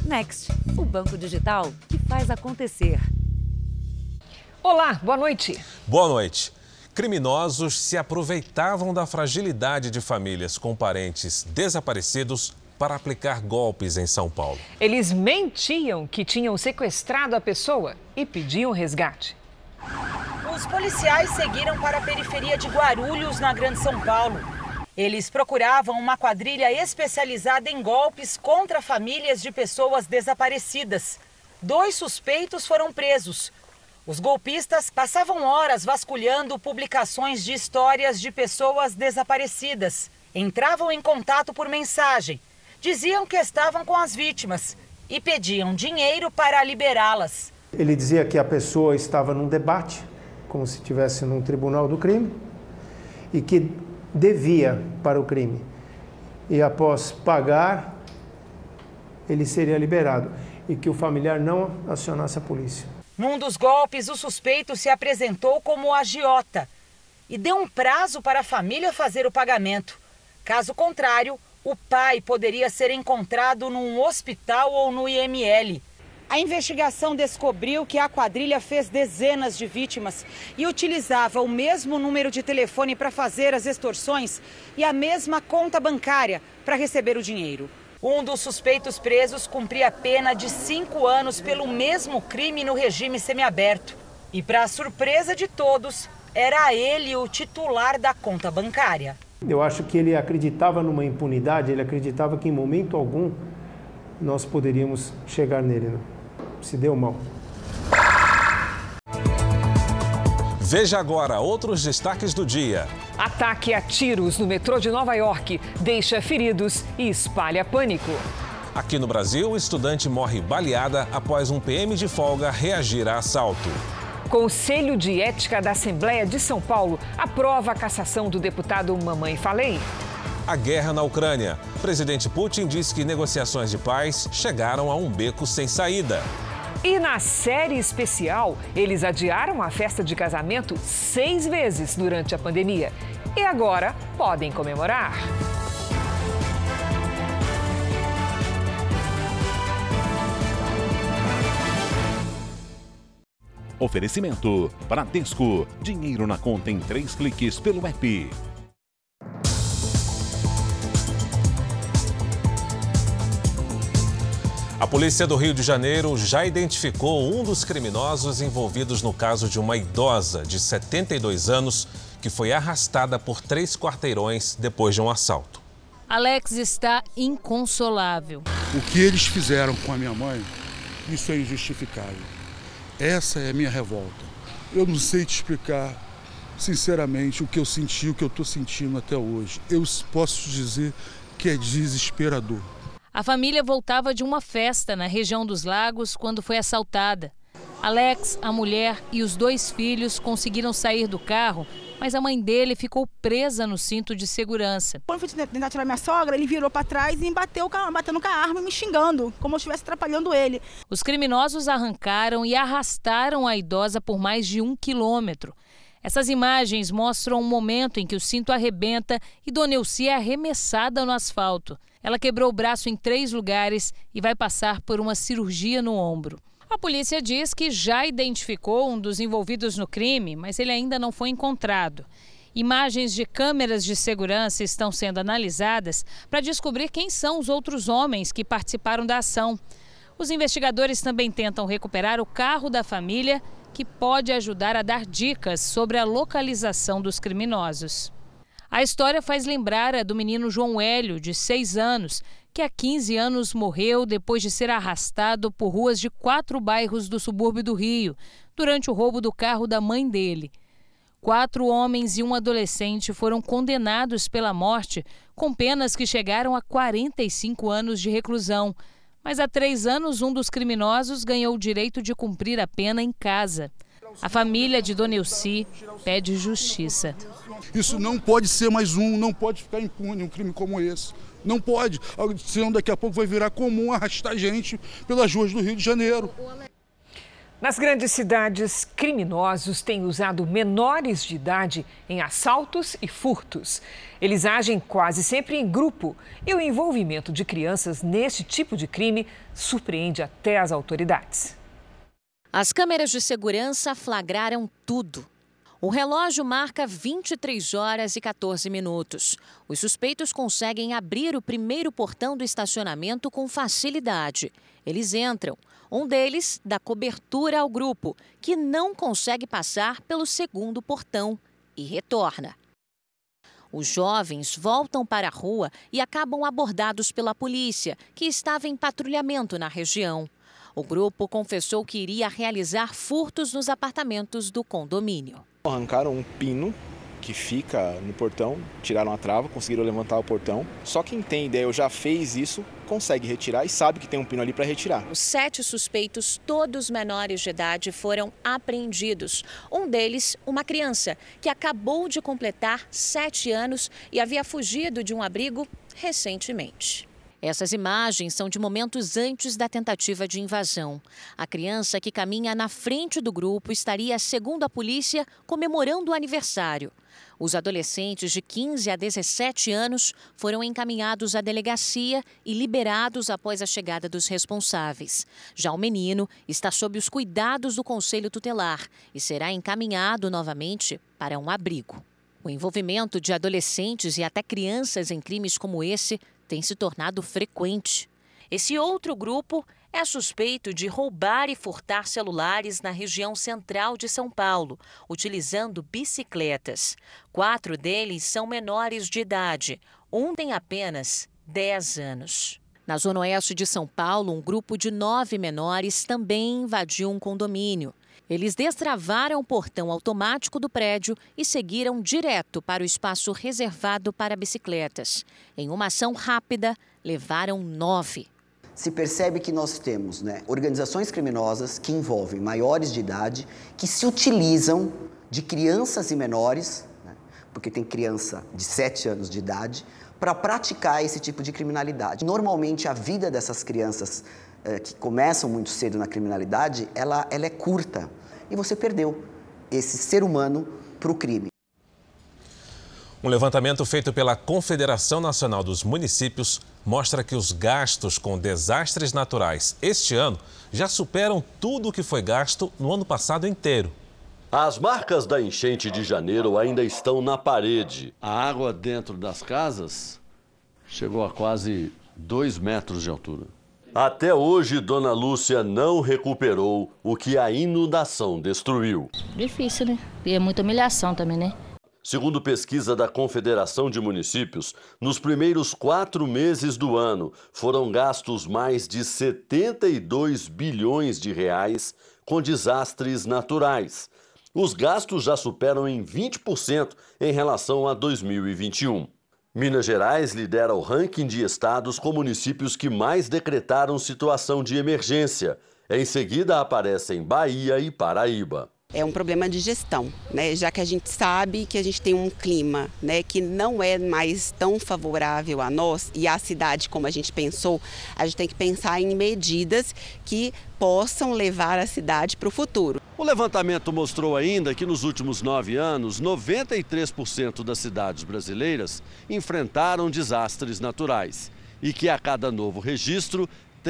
Next, o banco digital que faz acontecer. Olá, boa noite. Boa noite. Criminosos se aproveitavam da fragilidade de famílias com parentes desaparecidos para aplicar golpes em São Paulo. Eles mentiam que tinham sequestrado a pessoa e pediam resgate. Os policiais seguiram para a periferia de Guarulhos, na Grande São Paulo. Eles procuravam uma quadrilha especializada em golpes contra famílias de pessoas desaparecidas. 2 suspeitos foram presos. Os golpistas passavam horas vasculhando publicações de histórias de pessoas desaparecidas. Entravam em contato por mensagem, diziam que estavam com as vítimas e pediam dinheiro para liberá-las. Ele dizia que a pessoa estava num debate, como se estivesse num tribunal do crime, e que devia para o crime. E após pagar, ele seria liberado e que o familiar não acionasse a polícia. Num dos golpes, o suspeito se apresentou como agiota e deu um prazo para a família fazer o pagamento. Caso contrário, o pai poderia ser encontrado num hospital ou no IML. A investigação descobriu que a quadrilha fez dezenas de vítimas e utilizava o mesmo número de telefone para fazer as extorsões e a mesma conta bancária para receber o dinheiro. Um dos suspeitos presos cumpria pena de 5 anos pelo mesmo crime no regime semiaberto. E, para surpresa de todos, era ele o titular da conta bancária. Eu acho que ele acreditava numa impunidade, ele acreditava que em momento algum nós poderíamos chegar nele. Né? Se deu mal. Veja agora outros destaques do dia. Ataque a tiros no metrô de Nova York deixa feridos e espalha pânico. Aqui no Brasil, o estudante morre baleada após um PM de folga reagir a assalto. Conselho de Ética da Assembleia de São Paulo aprova a cassação do deputado Mamãe Falei. A guerra na Ucrânia. Presidente Putin diz que negociações de paz chegaram a um beco sem saída. E na série especial, eles adiaram a festa de casamento 6 vezes durante a pandemia. E agora podem comemorar. Oferecimento: Bradesco. Dinheiro na conta em 3 cliques pelo app. A polícia do Rio de Janeiro já identificou um dos criminosos envolvidos no caso de uma idosa de 72 anos que foi arrastada por 3 quarteirões depois de um assalto. Alex está inconsolável. O que eles fizeram com a minha mãe, isso é injustificável. Essa é a minha revolta. Eu não sei te explicar, sinceramente, o que eu senti, o que eu estou sentindo até hoje. Eu posso dizer que é desesperador. A família voltava de uma festa na região dos Lagos quando foi assaltada. Alex, a mulher e os 2 filhos conseguiram sair do carro, mas a mãe dele ficou presa no cinto de segurança. Quando eu fui tentar tirar minha sogra, ele virou para trás e me batendo com a arma e me xingando, como eu estivesse atrapalhando ele. Os criminosos arrancaram e arrastaram a idosa por mais de 1 quilômetro. Essas imagens mostram um momento em que o cinto arrebenta e Dona Elci é arremessada no asfalto. Ela quebrou o braço em 3 lugares e vai passar por uma cirurgia no ombro. A polícia diz que já identificou um dos envolvidos no crime, mas ele ainda não foi encontrado. Imagens de câmeras de segurança estão sendo analisadas para descobrir quem são os outros homens que participaram da ação. Os investigadores também tentam recuperar o carro da família, que pode ajudar a dar dicas sobre a localização dos criminosos. A história faz lembrar a do menino João Hélio, de 6 anos, que há 15 anos morreu depois de ser arrastado por ruas de 4 bairros do subúrbio do Rio, durante o roubo do carro da mãe dele. 4 homens e um adolescente foram condenados pela morte, com penas que chegaram a 45 anos de reclusão. Mas há 3 anos, um dos criminosos ganhou o direito de cumprir a pena em casa. A família de Dona Elci pede justiça. Isso não pode ser mais não pode ficar impune um crime como esse. Não pode, senão daqui a pouco vai virar comum arrastar gente pelas ruas do Rio de Janeiro. Nas grandes cidades, criminosos têm usado menores de idade em assaltos e furtos. Eles agem quase sempre em grupo e o envolvimento de crianças neste tipo de crime surpreende até as autoridades. As câmeras de segurança flagraram tudo. O relógio marca 23 horas e 14 minutos. Os suspeitos conseguem abrir o primeiro portão do estacionamento com facilidade. Eles entram. Um deles dá cobertura ao grupo, que não consegue passar pelo segundo portão e retorna. Os jovens voltam para a rua e acabam abordados pela polícia, que estava em patrulhamento na região. O grupo confessou que iria realizar furtos nos apartamentos do condomínio. Arrancaram um pino que fica no portão, tiraram a trava, conseguiram levantar o portão. Só quem tem ideia ou já fez isso, consegue retirar e sabe que tem um pino ali para retirar. Os 7 suspeitos, todos menores de idade, foram apreendidos. Um deles, uma criança, que acabou de completar 7 anos e havia fugido de um abrigo recentemente. Essas imagens são de momentos antes da tentativa de invasão. A criança que caminha na frente do grupo estaria, segundo a polícia, comemorando o aniversário. Os adolescentes de 15 a 17 anos foram encaminhados à delegacia e liberados após a chegada dos responsáveis. Já o menino está sob os cuidados do Conselho Tutelar e será encaminhado novamente para um abrigo. O envolvimento de adolescentes e até crianças em crimes como esse tem se tornado frequente. Esse outro grupo é suspeito de roubar e furtar celulares na região central de São Paulo, utilizando bicicletas. 4 deles são menores de idade. Um tem apenas 10 anos. Na zona oeste de São Paulo, um grupo de 9 menores também invadiu um condomínio. Eles destravaram o portão automático do prédio e seguiram direto para o espaço reservado para bicicletas. Em uma ação rápida, levaram 9. Se percebe que nós temos organizações criminosas que envolvem maiores de idade, que se utilizam de crianças e menores, porque tem criança de 7 anos de idade, para praticar esse tipo de criminalidade. Normalmente, a vida dessas crianças que começam muito cedo na criminalidade, ela é curta. E você perdeu esse ser humano para o crime. Um levantamento feito pela Confederação Nacional dos Municípios mostra que os gastos com desastres naturais este ano já superam tudo o que foi gasto no ano passado inteiro. As marcas da enchente de janeiro ainda estão na parede. A água dentro das casas chegou a quase 2 metros de altura. Até hoje, Dona Lúcia não recuperou o que a inundação destruiu. Difícil, né? E é muita humilhação também, né? Segundo pesquisa da Confederação de Municípios, nos primeiros 4 meses do ano foram gastos mais de 72 bilhões de reais com desastres naturais. Os gastos já superam em 20% em relação a 2021. Minas Gerais lidera o ranking de estados com municípios que mais decretaram situação de emergência. Em seguida aparecem Bahia e Paraíba. É um problema de gestão, já que a gente sabe que a gente tem um clima que não é mais tão favorável a nós e à cidade como a gente pensou. A gente tem que pensar em medidas que possam levar a cidade para o futuro. O levantamento mostrou ainda que nos últimos 9 anos, 93% das cidades brasileiras enfrentaram desastres naturais e que a cada novo registro,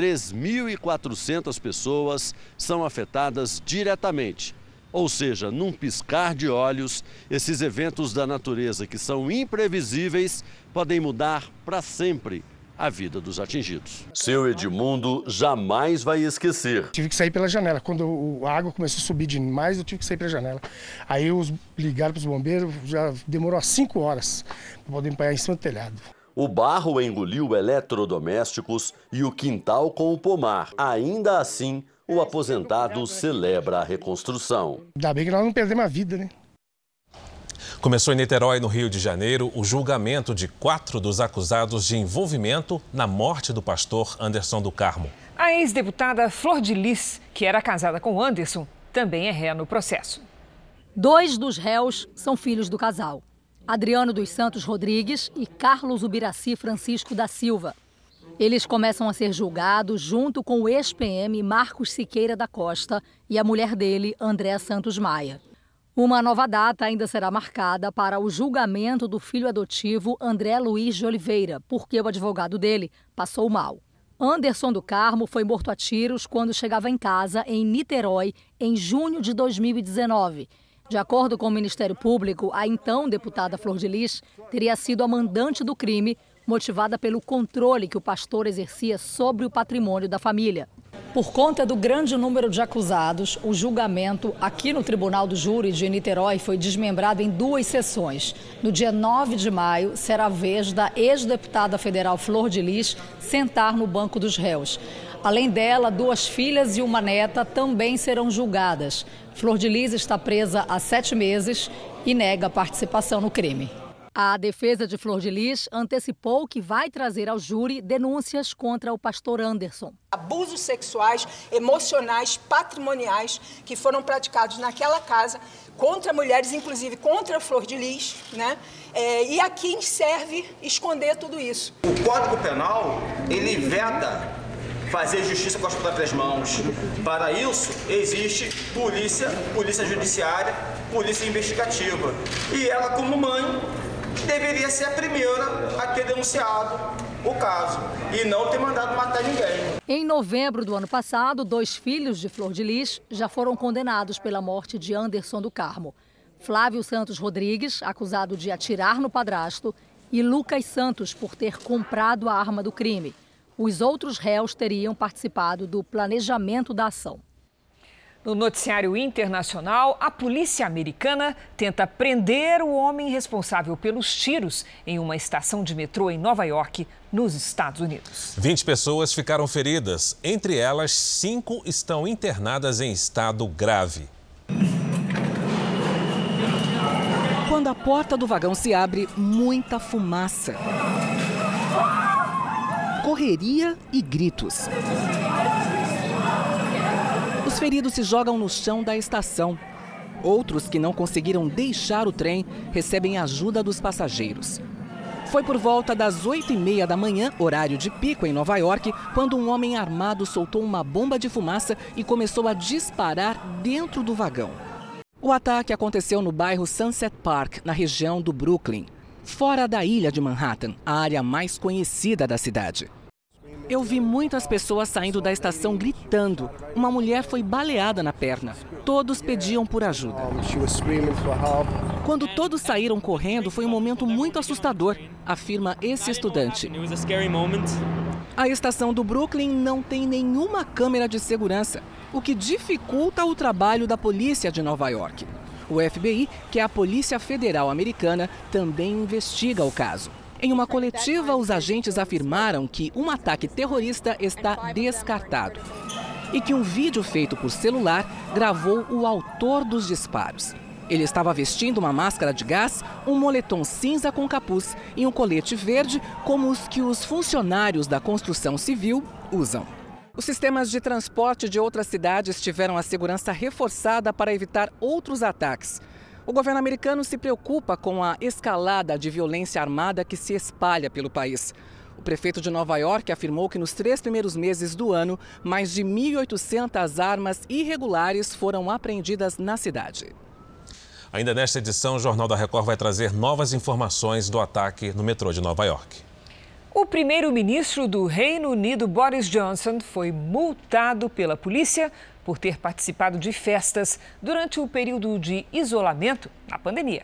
3.400 pessoas são afetadas diretamente. Ou seja, num piscar de olhos, esses eventos da natureza que são imprevisíveis podem mudar para sempre a vida dos atingidos. Seu Edmundo jamais vai esquecer. Tive que sair pela janela. Quando a água começou a subir demais, eu tive que sair pela janela. Aí ligaram para os bombeiros, já demorou 5 horas para poder apanhar em cima do telhado. O barro engoliu eletrodomésticos e o quintal com o pomar. Ainda assim, o aposentado celebra a reconstrução. Ainda bem que nós não perdemos a vida, né? Começou em Niterói, no Rio de Janeiro, o julgamento de 4 dos acusados de envolvimento na morte do pastor Anderson do Carmo. A ex-deputada Flor de Lis, que era casada com Anderson, também é ré no processo. 2 dos réus são filhos do casal: Adriano dos Santos Rodrigues e Carlos Ubiraci Francisco da Silva. Eles começam a ser julgados junto com o ex-PM Marcos Siqueira da Costa e a mulher dele, Andréa Santos Maia. Uma nova data ainda será marcada para o julgamento do filho adotivo André Luiz de Oliveira, porque o advogado dele passou mal. Anderson do Carmo foi morto a tiros quando chegava em casa em Niterói em junho de 2019. De acordo com o Ministério Público, a então deputada Flor de Lis teria sido a mandante do crime, motivada pelo controle que o pastor exercia sobre o patrimônio da família. Por conta do grande número de acusados, o julgamento aqui no Tribunal do Júri de Niterói foi desmembrado em 2 sessões. No dia 9 de maio, será a vez da ex-deputada federal Flor de Lis sentar no banco dos réus. Além dela, 2 filhas e uma neta também serão julgadas. Flor de Lis está presa há 7 meses e nega participação no crime. A defesa de Flor de Lis antecipou que vai trazer ao júri denúncias contra o pastor Anderson. Abusos sexuais, emocionais, patrimoniais que foram praticados naquela casa contra mulheres, inclusive contra a Flor de Lis, né? E a quem serve esconder tudo isso. O Código Penal, ele veda fazer justiça com as próprias mãos. Para isso, existe polícia judiciária, polícia investigativa. E ela, como mãe, deveria ser a primeira a ter denunciado o caso e não ter mandado matar ninguém. Em novembro do ano passado, 2 filhos de Flor de Lis já foram condenados pela morte de Anderson do Carmo. Flávio Santos Rodrigues, acusado de atirar no padrasto, e Lucas Santos, por ter comprado a arma do crime. Os outros réus teriam participado do planejamento da ação. No noticiário internacional, a polícia americana tenta prender o homem responsável pelos tiros em uma estação de metrô em Nova York, nos Estados Unidos. 20 pessoas ficaram feridas. Entre elas, 5 estão internadas em estado grave. Quando a porta do vagão se abre, muita fumaça. Correria e gritos. Os feridos se jogam no chão da estação. Outros que não conseguiram deixar o trem recebem ajuda dos passageiros. Foi por volta das 8h30 da manhã, horário de pico em Nova York, quando um homem armado soltou uma bomba de fumaça e começou a disparar dentro do vagão. O ataque aconteceu no bairro Sunset Park, na região do Brooklyn, fora da ilha de Manhattan, a área mais conhecida da cidade. Eu vi muitas pessoas saindo da estação gritando. Uma mulher foi baleada na perna. Todos pediam por ajuda. Quando todos saíram correndo, foi um momento muito assustador, afirma esse estudante. A estação do Brooklyn não tem nenhuma câmera de segurança, o que dificulta o trabalho da polícia de Nova York. O FBI, que é a Polícia Federal Americana, também investiga o caso. Em uma coletiva, os agentes afirmaram que um ataque terrorista está descartado e que um vídeo feito por celular gravou o autor dos disparos. Ele estava vestindo uma máscara de gás, um moletom cinza com capuz e um colete verde, como os que os funcionários da construção civil usam. Os sistemas de transporte de outras cidades tiveram a segurança reforçada para evitar outros ataques. O governo americano se preocupa com a escalada de violência armada que se espalha pelo país. O prefeito de Nova York afirmou que nos 3 primeiros meses do ano, mais de 1.800 armas irregulares foram apreendidas na cidade. Ainda nesta edição, o Jornal da Record vai trazer novas informações do ataque no metrô de Nova York. O primeiro-ministro do Reino Unido, Boris Johnson, foi multado pela polícia por ter participado de festas durante o período de isolamento na pandemia.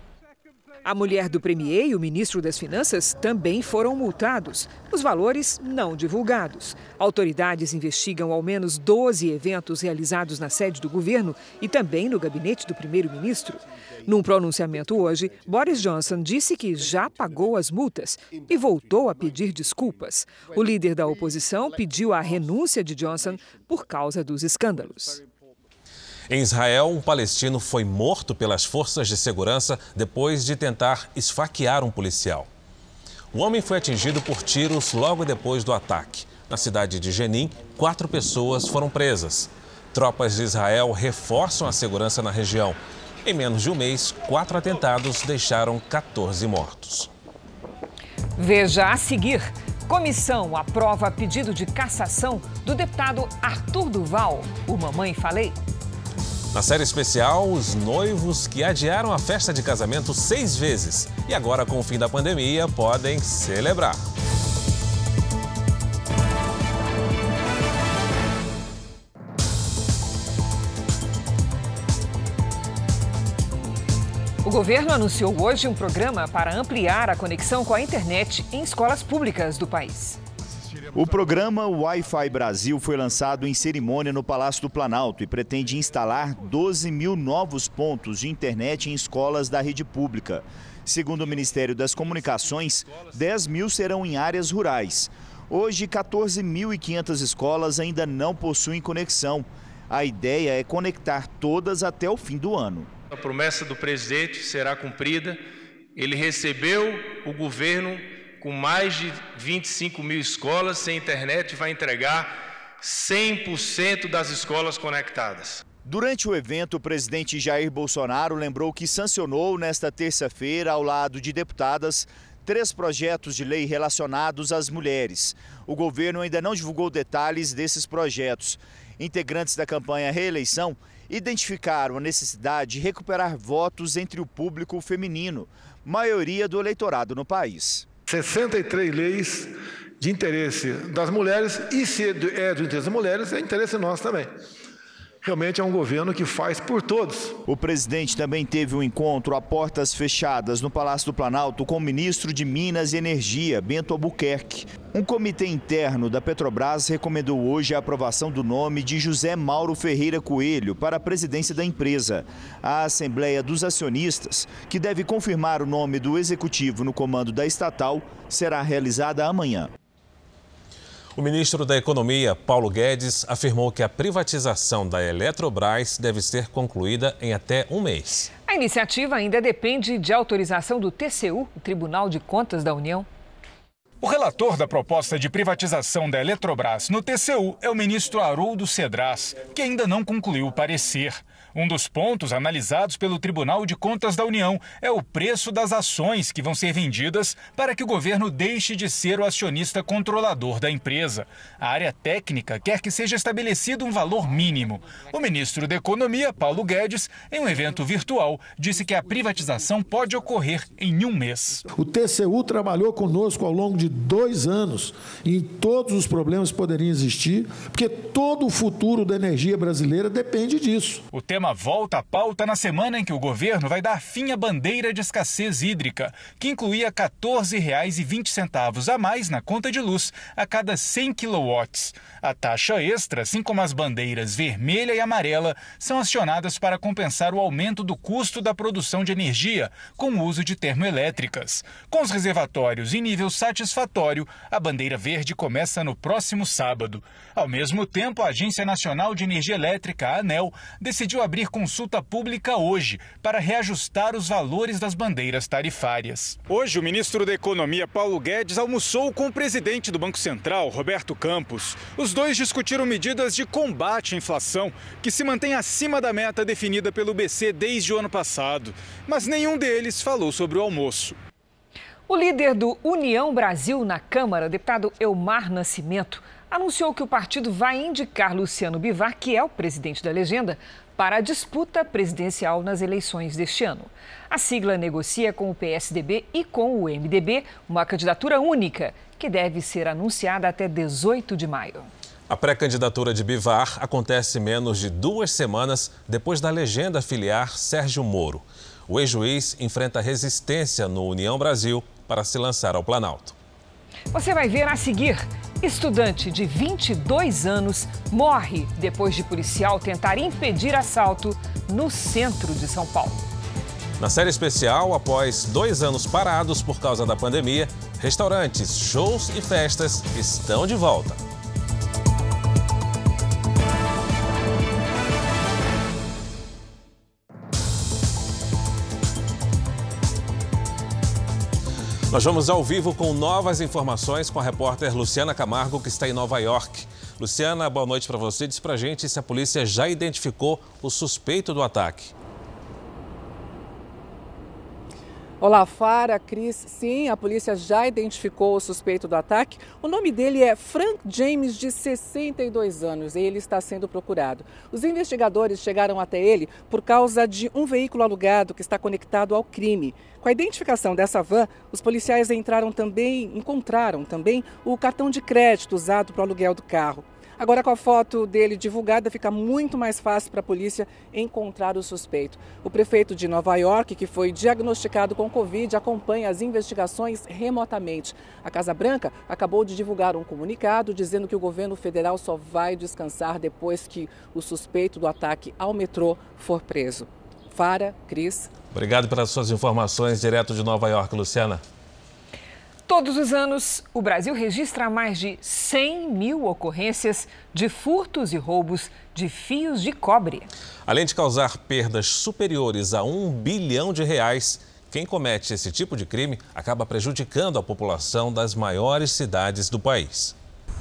A mulher do premier e o ministro das Finanças também foram multados. Os valores não divulgados. Autoridades investigam ao menos 12 eventos realizados na sede do governo e também no gabinete do primeiro-ministro. Num pronunciamento hoje, Boris Johnson disse que já pagou as multas e voltou a pedir desculpas. O líder da oposição pediu a renúncia de Johnson por causa dos escândalos. Em Israel, um palestino foi morto pelas forças de segurança depois de tentar esfaquear um policial. O homem foi atingido por tiros logo depois do ataque. Na cidade de Jenin, 4 pessoas foram presas. Tropas de Israel reforçam a segurança na região. Em menos de um mês, 4 atentados deixaram 14 mortos. Veja a seguir. Comissão aprova pedido de cassação do deputado Arthur Duval. O Mamãe Falei. Na série especial, os noivos que adiaram a festa de casamento 6 vezes e agora, com o fim da pandemia, podem celebrar. O governo anunciou hoje um programa para ampliar a conexão com a internet em escolas públicas do país. O programa Wi-Fi Brasil foi lançado em cerimônia no Palácio do Planalto e pretende instalar 12 mil novos pontos de internet em escolas da rede pública. Segundo o Ministério das Comunicações, 10 mil serão em áreas rurais. Hoje, 14.500 escolas ainda não possuem conexão. A ideia é conectar todas até o fim do ano. A promessa do presidente será cumprida. Ele recebeu o governo com mais de 25 mil escolas sem internet e vai entregar 100% das escolas conectadas. Durante o evento, o presidente Jair Bolsonaro lembrou que sancionou nesta terça-feira, ao lado de deputadas, 3 projetos de lei relacionados às mulheres. O governo ainda não divulgou detalhes desses projetos. Integrantes da campanha Reeleição identificaram a necessidade de recuperar votos entre o público feminino, maioria do eleitorado no país. 63 leis de interesse das mulheres, e se é do interesse das mulheres, é interesse nosso também. Realmente é um governo que faz por todos. O presidente também teve um encontro a portas fechadas no Palácio do Planalto com o ministro de Minas e Energia, Bento Albuquerque. Um comitê interno da Petrobras recomendou hoje a aprovação do nome de José Mauro Ferreira Coelho para a presidência da empresa. A Assembleia dos Acionistas, que deve confirmar o nome do executivo no comando da estatal, será realizada amanhã. O ministro da Economia, Paulo Guedes, afirmou que a privatização da Eletrobras deve ser concluída em até um mês. A iniciativa ainda depende de autorização do TCU, o Tribunal de Contas da União. O relator da proposta de privatização da Eletrobras no TCU é o ministro Haroldo Cedras, que ainda não concluiu o parecer. Um dos pontos analisados pelo Tribunal de Contas da União é o preço das ações que vão ser vendidas para que o governo deixe de ser o acionista controlador da empresa. A área técnica quer que seja estabelecido um valor mínimo. O ministro da Economia, Paulo Guedes, em um evento virtual, disse que a privatização pode ocorrer em um mês. O TCU trabalhou conosco ao longo de 2 anos em todos os problemas que poderiam existir, porque todo o futuro da energia brasileira depende disso. O tema volta à pauta na semana em que o governo vai dar fim à bandeira de escassez hídrica, que incluía R$ 14,20 a mais na conta de luz a cada 100 quilowatts. A taxa extra, assim como as bandeiras vermelha e amarela, são acionadas para compensar o aumento do custo da produção de energia com o uso de termoelétricas. Com os reservatórios em nível satisfatório, a bandeira verde começa no próximo sábado. Ao mesmo tempo, a Agência Nacional de Energia Elétrica, a ANEEL, decidiu abrir consulta pública hoje para reajustar os valores das bandeiras tarifárias. Hoje, o ministro da Economia, Paulo Guedes, almoçou com o presidente do Banco Central, Roberto Campos. Os dois discutiram medidas de combate à inflação, que se mantém acima da meta definida pelo BC desde o ano passado. Mas nenhum deles falou sobre o almoço. O líder do União Brasil na Câmara, o deputado Elmar Nascimento, anunciou que o partido vai indicar Luciano Bivar, que é o presidente da legenda, para a disputa presidencial nas eleições deste ano. A sigla negocia com o PSDB e com o MDB uma candidatura única, que deve ser anunciada até 18 de maio. A pré-candidatura de Bivar acontece menos de 2 semanas depois da legenda filiar Sérgio Moro. O ex-juiz enfrenta resistência no União Brasil para se lançar ao Planalto. Você vai ver a seguir. Estudante de 22 anos morre depois de policial tentar impedir assalto no centro de São Paulo. Na série especial, após 2 anos parados por causa da pandemia, restaurantes, shows e festas estão de volta. Nós vamos ao vivo com novas informações com a repórter Luciana Camargo, que está em Nova York. Luciana, boa noite para você. Diz pra gente se a polícia já identificou o suspeito do ataque. Olá, Fara, Cris. Sim, a polícia já identificou o suspeito do ataque. O nome dele é Frank James, de 62 anos, e ele está sendo procurado. Os investigadores chegaram até ele por causa de um veículo alugado que está conectado ao crime. Com a identificação dessa van, os policiais encontraram também o cartão de crédito usado para o aluguel do carro. Agora, com a foto dele divulgada, fica muito mais fácil para a polícia encontrar o suspeito. O prefeito de Nova York, que foi diagnosticado com Covid, acompanha as investigações remotamente. A Casa Branca acabou de divulgar um comunicado dizendo que o governo federal só vai descansar depois que o suspeito do ataque ao metrô for preso. Fara, Cris. Obrigado pelas suas informações direto de Nova York, Luciana. Todos os anos, o Brasil registra mais de 100 mil ocorrências de furtos e roubos de fios de cobre. Além de causar perdas superiores a R$1 bilhão, quem comete esse tipo de crime acaba prejudicando a população das maiores cidades do país.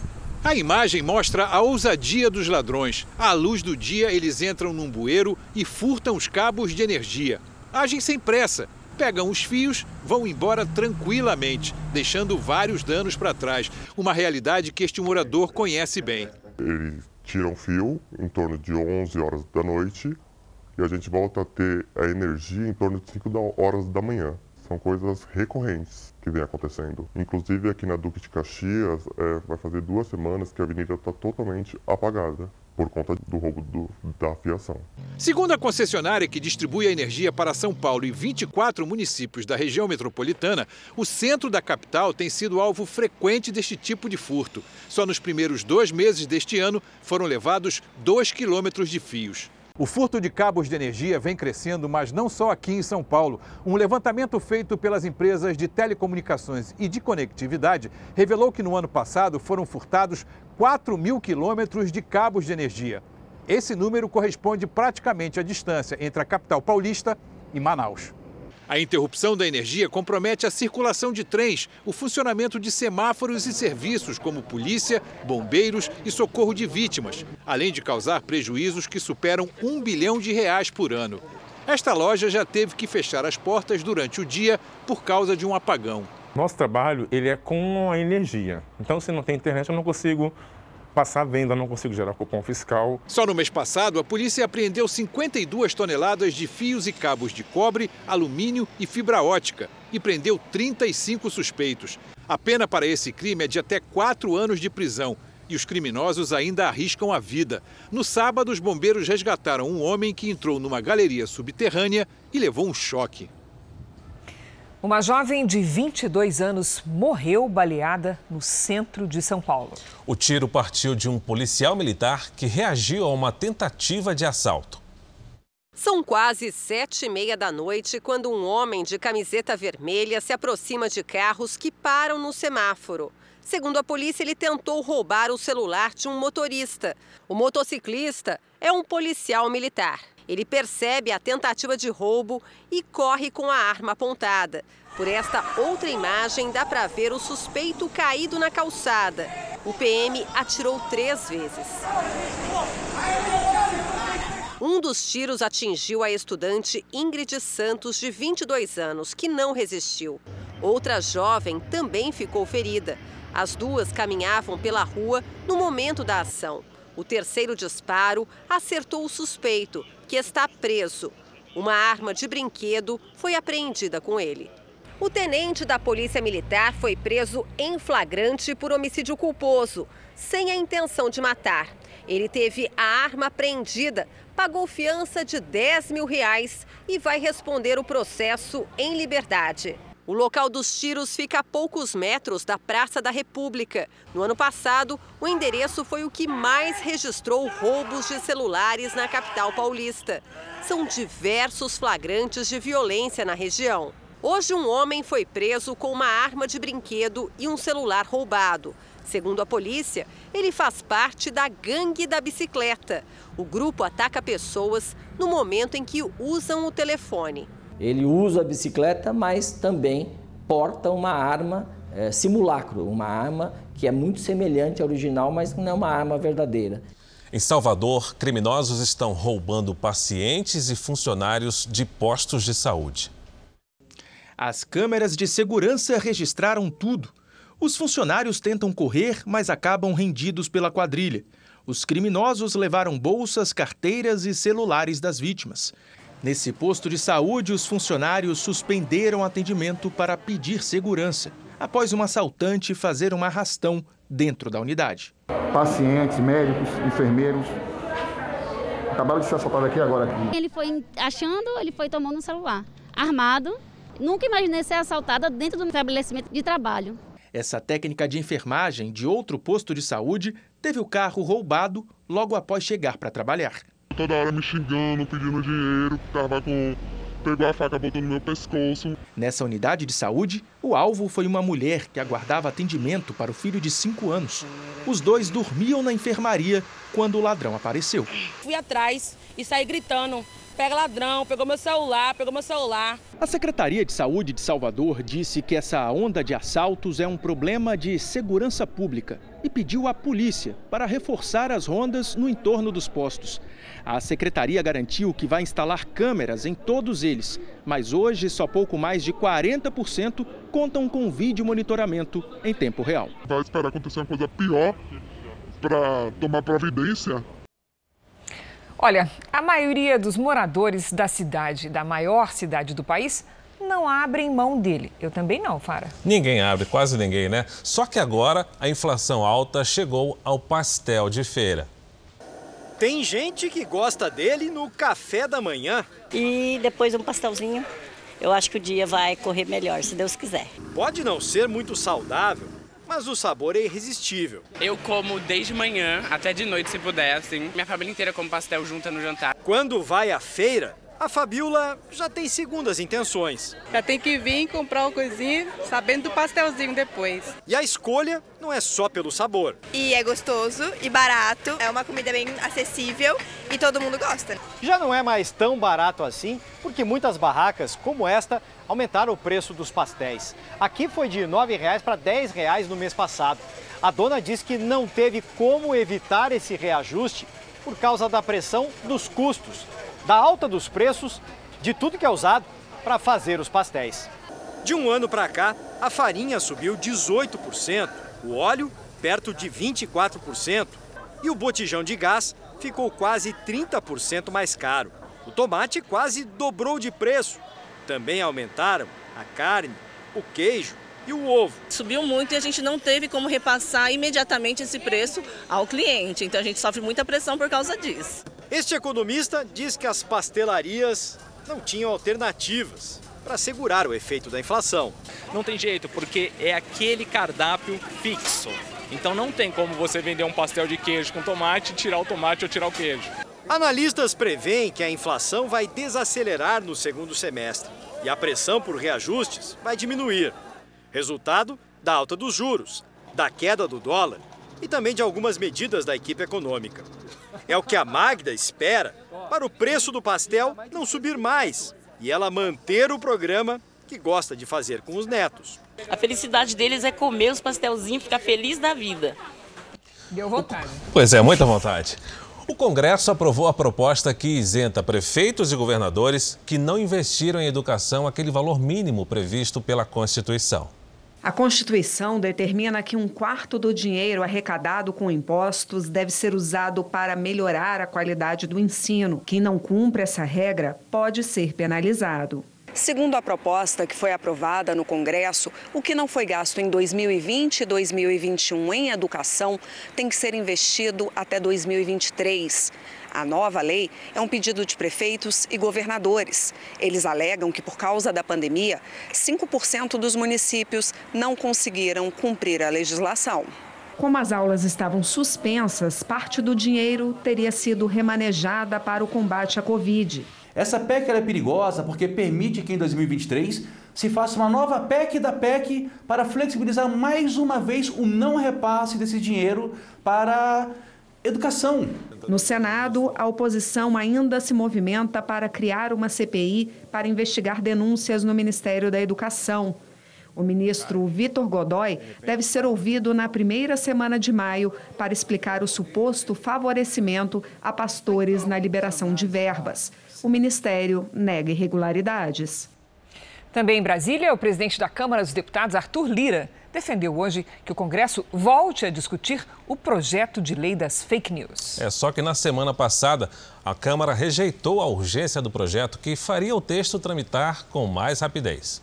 A imagem mostra a ousadia dos ladrões. À luz do dia, eles entram num bueiro e furtam os cabos de energia. Agem sem pressa. Pegam os fios, vão embora tranquilamente, deixando vários danos para trás. Uma realidade que este morador conhece bem. Eles tiram fio em torno de 11 horas da noite e a gente volta a ter a energia em torno de 5 horas da manhã. São coisas recorrentes que vem acontecendo. Inclusive aqui na Duque de Caxias, vai fazer 2 semanas que a avenida está totalmente apagada por conta do roubo da fiação. Segundo a concessionária que distribui a energia para São Paulo e 24 municípios da região metropolitana, o centro da capital tem sido alvo frequente deste tipo de furto. Só nos primeiros 2 meses deste ano foram levados 2 quilômetros de fios. O furto de cabos de energia vem crescendo, mas não só aqui em São Paulo. Um levantamento feito pelas empresas de telecomunicações e de conectividade revelou que no ano passado foram furtados 4 mil quilômetros de cabos de energia. Esse número corresponde praticamente à distância entre a capital paulista e Manaus. A interrupção da energia compromete a circulação de trens, o funcionamento de semáforos e serviços como polícia, bombeiros e socorro de vítimas, além de causar prejuízos que superam R$1 bilhão por ano. Esta loja já teve que fechar as portas durante o dia por causa de um apagão. Nosso trabalho ele é com a energia, então se não tem internet eu não consigo passar a venda, não consigo gerar cupom fiscal. Só no mês passado, a polícia apreendeu 52 toneladas de fios e cabos de cobre, alumínio e fibra ótica e prendeu 35 suspeitos. A pena para esse crime é de até 4 anos de prisão e os criminosos ainda arriscam a vida. No sábado, os bombeiros resgataram um homem que entrou numa galeria subterrânea e levou um choque. Uma jovem de 22 anos morreu baleada no centro de São Paulo. O tiro partiu de um policial militar que reagiu a uma tentativa de assalto. São quase 7h30 da noite quando um homem de camiseta vermelha se aproxima de carros que param no semáforo. Segundo a polícia, ele tentou roubar o celular de um motorista. O motociclista é um policial militar. Ele percebe a tentativa de roubo e corre com a arma apontada. Por esta outra imagem, dá para ver o suspeito caído na calçada. O PM atirou 3 vezes. Um dos tiros atingiu a estudante Ingrid Santos, de 22 anos, que não resistiu. Outra jovem também ficou ferida. As duas caminhavam pela rua no momento da ação. O terceiro disparo acertou o suspeito, que está preso. Uma arma de brinquedo foi apreendida com ele. O tenente da Polícia Militar foi preso em flagrante por homicídio culposo, sem a intenção de matar. Ele teve a arma apreendida, pagou fiança de R$10 mil e vai responder o processo em liberdade. O local dos tiros fica a poucos metros da Praça da República. No ano passado, o endereço foi o que mais registrou roubos de celulares na capital paulista. São diversos flagrantes de violência na região. Hoje, um homem foi preso com uma arma de brinquedo e um celular roubado. Segundo a polícia, ele faz parte da Gangue da Bicicleta. O grupo ataca pessoas no momento em que usam o telefone. Ele usa a bicicleta, mas também porta uma arma simulacro, uma arma que é muito semelhante à original, mas não é uma arma verdadeira. Em Salvador, criminosos estão roubando pacientes e funcionários de postos de saúde. As câmeras de segurança registraram tudo. Os funcionários tentam correr, mas acabam rendidos pela quadrilha. Os criminosos levaram bolsas, carteiras e celulares das vítimas. Nesse posto de saúde, os funcionários suspenderam atendimento para pedir segurança, após um assaltante fazer um arrastão dentro da unidade. Pacientes, médicos, enfermeiros acabaram de ser assaltados aqui agora. Ele foi tomando um celular, armado. Nunca imaginei ser assaltada dentro do estabelecimento de trabalho. Essa técnica de enfermagem de outro posto de saúde teve o carro roubado logo após chegar para trabalhar. Toda hora me xingando, pedindo dinheiro, pegou a faca, botou no meu pescoço. Nessa unidade de saúde, o alvo foi uma mulher que aguardava atendimento para o filho de 5 anos. Os dois dormiam na enfermaria quando o ladrão apareceu. Fui atrás e saí gritando: pega ladrão, pegou meu celular. A Secretaria de Saúde de Salvador disse que essa onda de assaltos é um problema de segurança pública e pediu à polícia para reforçar as rondas no entorno dos postos. A secretaria garantiu que vai instalar câmeras em todos eles, mas hoje só pouco mais de 40% contam com vídeo monitoramento em tempo real. Vai esperar acontecer uma coisa pior para tomar providência? Olha, a maioria dos moradores da maior cidade do país, não abrem mão dele. Eu também não, Fara. Ninguém abre, quase ninguém, né? Só que agora a inflação alta chegou ao pastel de feira. Tem gente que gosta dele no café da manhã. E depois um pastelzinho, eu acho que o dia vai correr melhor, se Deus quiser. Pode não ser muito saudável, mas o sabor é irresistível. Eu como desde manhã até de noite, se puder, assim. Minha família inteira come pastel junta no jantar. Quando vai à feira, a Fabiola já tem segundas intenções. Já tem que vir comprar uma coisinha, sabendo do pastelzinho depois. E a escolha não é só pelo sabor. E é gostoso e barato, é uma comida bem acessível e todo mundo gosta. Já não é mais tão barato assim, porque muitas barracas, como esta, aumentaram o preço dos pastéis. Aqui foi de R$ 9,00 para R$ 10,00 no mês passado. A dona diz que não teve como evitar esse reajuste por causa da pressão dos custos, da alta dos preços de tudo que é usado para fazer os pastéis. De um ano para cá, a farinha subiu 18%, o óleo perto de 24% e o botijão de gás ficou quase 30% mais caro. O tomate quase dobrou de preço. Também aumentaram a carne, o queijo e o ovo. Subiu muito e a gente não teve como repassar imediatamente esse preço ao cliente, então a gente sofre muita pressão por causa disso. Este economista diz que as pastelarias não tinham alternativas para segurar o efeito da inflação. Não tem jeito, porque é aquele cardápio fixo. Então não tem como você vender um pastel de queijo com tomate, tirar o tomate ou tirar o queijo. Analistas preveem que a inflação vai desacelerar no segundo semestre e a pressão por reajustes vai diminuir. Resultado da alta dos juros, da queda do dólar e também de algumas medidas da equipe econômica. É o que a Magda espera para o preço do pastel não subir mais e ela manter o programa que gosta de fazer com os netos. A felicidade deles é comer os pastelzinhos e ficar feliz da vida. Deu vontade. Pois é, muita vontade. O Congresso aprovou a proposta que isenta prefeitos e governadores que não investiram em educação aquele valor mínimo previsto pela Constituição. A Constituição determina que 1/4 do dinheiro arrecadado com impostos deve ser usado para melhorar a qualidade do ensino. Quem não cumpre essa regra pode ser penalizado. Segundo a proposta que foi aprovada no Congresso, o que não foi gasto em 2020 e 2021 em educação tem que ser investido até 2023. A nova lei é um pedido de prefeitos e governadores. Eles alegam que, por causa da pandemia, 5% dos municípios não conseguiram cumprir a legislação. Como as aulas estavam suspensas, parte do dinheiro teria sido remanejada para o combate à Covid. Essa PEC é perigosa porque permite que em 2023 se faça uma nova PEC da PEC para flexibilizar mais uma vez o não repasse desse dinheiro para educação. No Senado, a oposição ainda se movimenta para criar uma CPI para investigar denúncias no Ministério da Educação. O ministro Vitor Godoy deve ser ouvido na primeira semana de maio para explicar o suposto favorecimento a pastores na liberação de verbas. O Ministério nega irregularidades. Também em Brasília, o presidente da Câmara dos Deputados, Arthur Lira, defendeu hoje que o Congresso volte a discutir o projeto de lei das fake news. Só que na semana passada, a Câmara rejeitou a urgência do projeto que faria o texto tramitar com mais rapidez.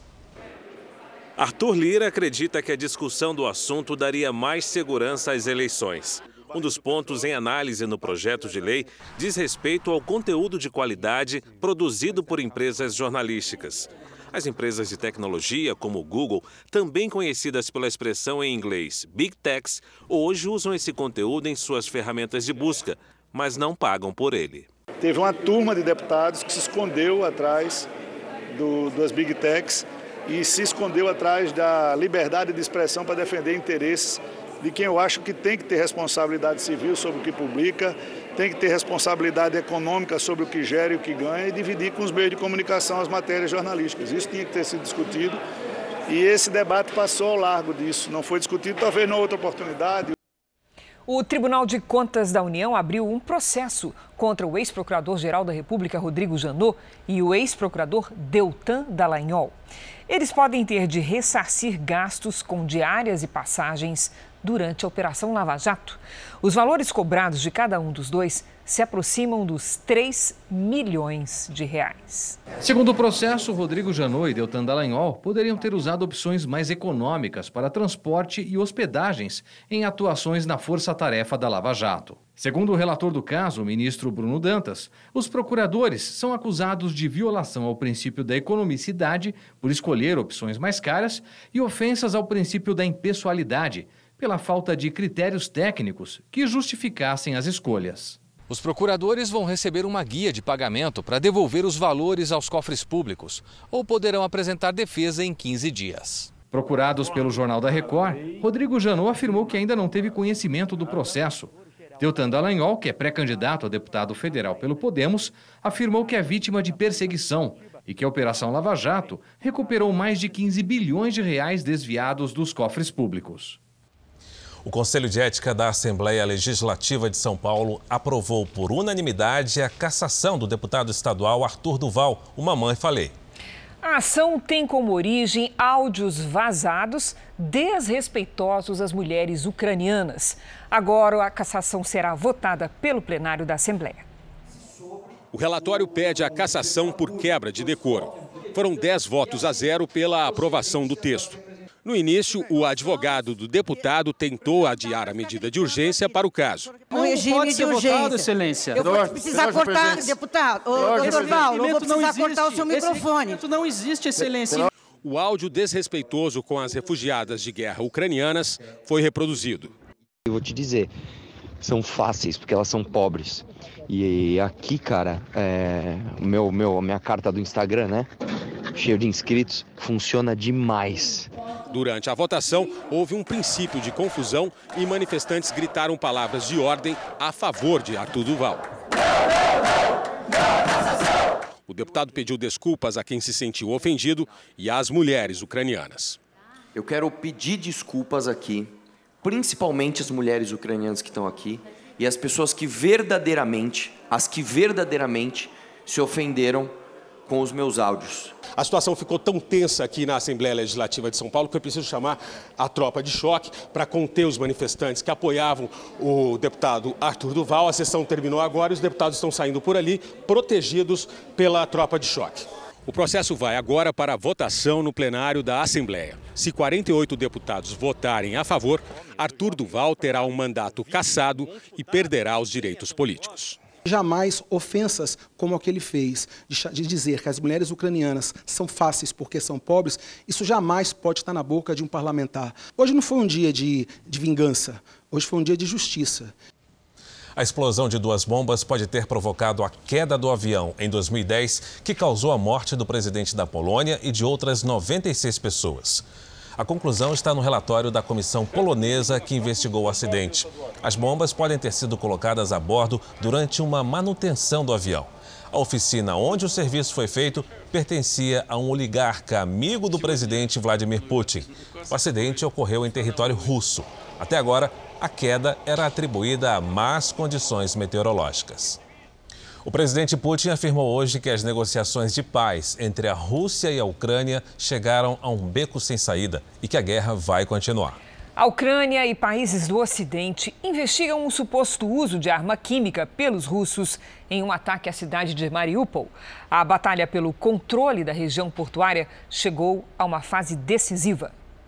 Arthur Lira acredita que a discussão do assunto daria mais segurança às eleições. Um dos pontos em análise no projeto de lei diz respeito ao conteúdo de qualidade produzido por empresas jornalísticas. As empresas de tecnologia, como o Google, também conhecidas pela expressão em inglês Big Techs, hoje usam esse conteúdo em suas ferramentas de busca, mas não pagam por ele. Teve uma turma de deputados que se escondeu atrás das Big Techs e se escondeu atrás da liberdade de expressão para defender interesses de quem eu acho que tem que ter responsabilidade civil sobre o que publica, tem que ter responsabilidade econômica sobre o que gera e o que ganha e dividir com os meios de comunicação as matérias jornalísticas. Isso tinha que ter sido discutido e esse debate passou ao largo disso. Não foi discutido, talvez numa outra oportunidade. O Tribunal de Contas da União abriu um processo contra o ex-procurador-geral da República, Rodrigo Janot, e o ex-procurador Deltan Dallagnol. Eles podem ter de ressarcir gastos com diárias e passagens durante a Operação Lava Jato. Os valores cobrados de cada um dos dois se aproximam dos 3 milhões de reais. Segundo o processo, Rodrigo Janot e Deltan Dallagnol poderiam ter usado opções mais econômicas para transporte e hospedagens em atuações na força-tarefa da Lava Jato. Segundo o relator do caso, o ministro Bruno Dantas, os procuradores são acusados de violação ao princípio da economicidade por escolher opções mais caras e ofensas ao princípio da impessoalidade, pela falta de critérios técnicos que justificassem as escolhas. Os procuradores vão receber uma guia de pagamento para devolver os valores aos cofres públicos ou poderão apresentar defesa em 15 dias. Procurados pelo Jornal da Record, Rodrigo Janot afirmou que ainda não teve conhecimento do processo. Deltan Dallagnol, que é pré-candidato a deputado federal pelo Podemos, afirmou que é vítima de perseguição e que a Operação Lava Jato recuperou mais de 15 bilhões de reais desviados dos cofres públicos. O Conselho de Ética da Assembleia Legislativa de São Paulo aprovou por unanimidade a cassação do deputado estadual Arthur Duval, o Mamãe Falei. A ação tem como origem áudios vazados desrespeitosos às mulheres ucranianas. Agora a cassação será votada pelo plenário da Assembleia. O relatório pede a cassação por quebra de decoro. Foram 10 votos a 0 pela aprovação do texto. No início, o advogado do deputado tentou adiar a medida de urgência para o caso. No regime de urgência. Votado, excelência. Eu vou precisar cortar, deputado. Doutor Paulo, eu vou precisar cortar o seu microfone. Isso não existe, excelência. O áudio desrespeitoso com as refugiadas de guerra ucranianas foi reproduzido. Eu vou te dizer, são fáceis porque elas são pobres. E aqui, cara, minha carta do Instagram, né? Cheio de inscritos, funciona demais. Durante a votação, houve um princípio de confusão e manifestantes gritaram palavras de ordem a favor de Arthur Duval. O deputado pediu desculpas a quem se sentiu ofendido e às mulheres ucranianas. Eu quero pedir desculpas aqui, principalmente as mulheres ucranianas que estão aqui e as pessoas que verdadeiramente se ofenderam com os meus áudios. A situação ficou tão tensa aqui na Assembleia Legislativa de São Paulo que foi preciso chamar a tropa de choque para conter os manifestantes que apoiavam o deputado Arthur Duval. A sessão terminou agora e os deputados estão saindo por ali, protegidos pela tropa de choque. O processo vai agora para a votação no plenário da Assembleia. Se 48 deputados votarem a favor, Arthur Duval terá um mandato cassado e perderá os direitos políticos. Jamais ofensas como a que ele fez, de dizer que as mulheres ucranianas são fáceis porque são pobres, isso jamais pode estar na boca de um parlamentar. Hoje não foi um dia de vingança, hoje foi um dia de justiça. A explosão de 2 bombas pode ter provocado a queda do avião em 2010, que causou a morte do presidente da Polônia e de outras 96 pessoas. A conclusão está no relatório da comissão polonesa que investigou o acidente. As bombas podem ter sido colocadas a bordo durante uma manutenção do avião. A oficina onde o serviço foi feito pertencia a um oligarca amigo do presidente Vladimir Putin. O acidente ocorreu em território russo. Até agora, a queda era atribuída a más condições meteorológicas. O presidente Putin afirmou hoje que as negociações de paz entre a Rússia e a Ucrânia chegaram a um beco sem saída e que a guerra vai continuar. A Ucrânia e países do Ocidente investigam um suposto uso de arma química pelos russos em um ataque à cidade de Mariupol. A batalha pelo controle da região portuária chegou a uma fase decisiva.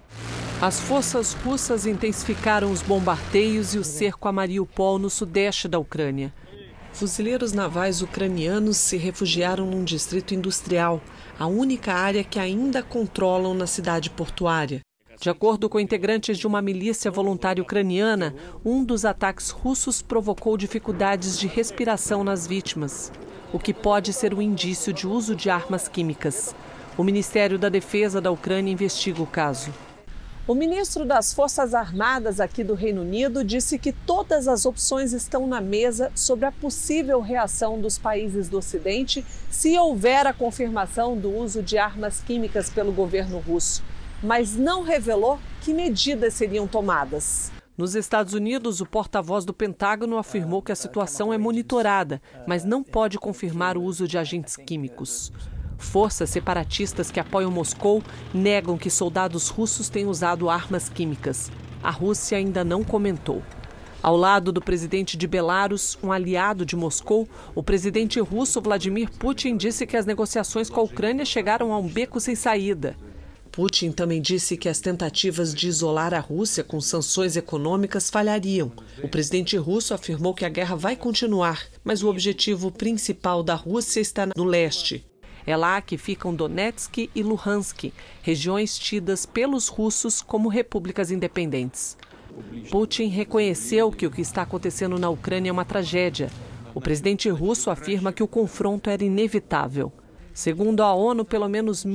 As forças russas intensificaram os bombardeios e o cerco a Mariupol, no sudeste da Ucrânia. Fuzileiros navais ucranianos se refugiaram num distrito industrial, a única área que ainda controlam na cidade portuária. De acordo com integrantes de uma milícia voluntária ucraniana, um dos ataques russos provocou dificuldades de respiração nas vítimas, o que pode ser um indício de uso de armas químicas. O Ministério da Defesa da Ucrânia investiga o caso. O ministro das Forças Armadas aqui do Reino Unido disse que todas as opções estão na mesa sobre a possível reação dos países do Ocidente se houver a confirmação do uso de armas químicas pelo governo russo, mas não revelou que medidas seriam tomadas. Nos Estados Unidos, o porta-voz do Pentágono afirmou que a situação é monitorada, mas não pode confirmar o uso de agentes químicos. Forças separatistas que apoiam Moscou negam que soldados russos tenham usado armas químicas. A Rússia ainda não comentou. Ao lado do presidente de Belarus, um aliado de Moscou, o presidente russo Vladimir Putin disse que as negociações com a Ucrânia chegaram a um beco sem saída. Putin também disse que as tentativas de isolar a Rússia com sanções econômicas falhariam. O presidente russo afirmou que a guerra vai continuar, mas o objetivo principal da Rússia está no leste. É lá que ficam Donetsk e Luhansk, regiões tidas pelos russos como repúblicas independentes. Putin reconheceu que o que está acontecendo na Ucrânia é uma tragédia. O presidente russo afirma que o confronto era inevitável. Segundo a ONU, pelo menos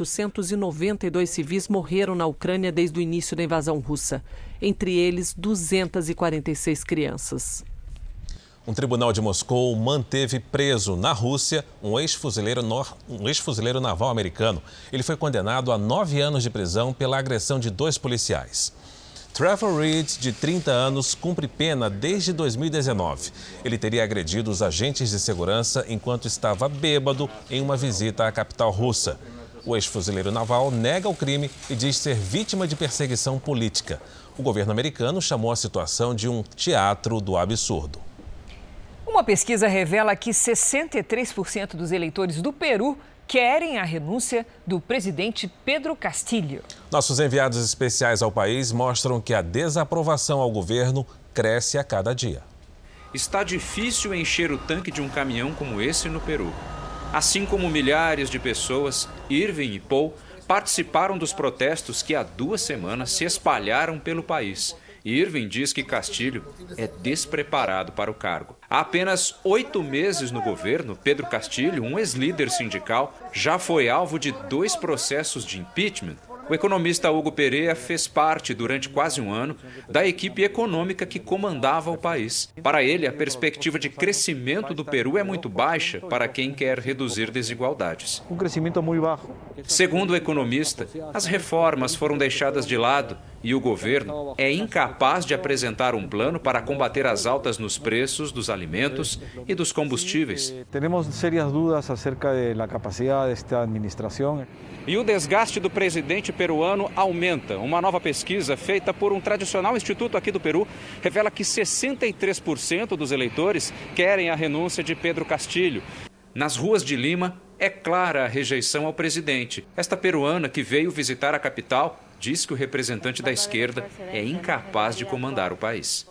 1.892 civis morreram na Ucrânia desde o início da invasão russa, entre eles 246 crianças. Um tribunal de Moscou manteve preso na Rússia um ex-fuzileiro naval americano. Ele foi condenado a 9 anos de prisão pela agressão de 2 policiais. Trevor Reed, de 30 anos, cumpre pena desde 2019. Ele teria agredido os agentes de segurança enquanto estava bêbado em uma visita à capital russa. O ex-fuzileiro naval nega o crime e diz ser vítima de perseguição política. O governo americano chamou a situação de um teatro do absurdo. Uma pesquisa revela que 63% dos eleitores do Peru querem a renúncia do presidente Pedro Castillo. Nossos enviados especiais ao país mostram que a desaprovação ao governo cresce a cada dia. Está difícil encher o tanque de um caminhão como esse no Peru. Assim como milhares de pessoas, Irving e Paul participaram dos protestos que há 2 semanas se espalharam pelo país. Irving diz que Castillo é despreparado para o cargo. Há apenas 8 meses no governo, Pedro Castillo, um ex-líder sindical, já foi alvo de 2 processos de impeachment. O economista Hugo Pereira fez parte, durante quase um ano, da equipe econômica que comandava o país. Para ele, a perspectiva de crescimento do Peru é muito baixa para quem quer reduzir desigualdades. Um crescimento muito baixo. Segundo o economista, as reformas foram deixadas de lado e o governo é incapaz de apresentar um plano para combater as altas nos preços dos alimentos e dos combustíveis. Temos sérias dúvidas acerca da capacidade desta administração. E o desgaste do presidente peruano aumenta. Uma nova pesquisa feita por um tradicional instituto aqui do Peru revela que 63% dos eleitores querem a renúncia de Pedro Castillo. Nas ruas de Lima, é clara a rejeição ao presidente. Esta peruana que veio visitar a capital diz que o representante da esquerda é incapaz de comandar o país.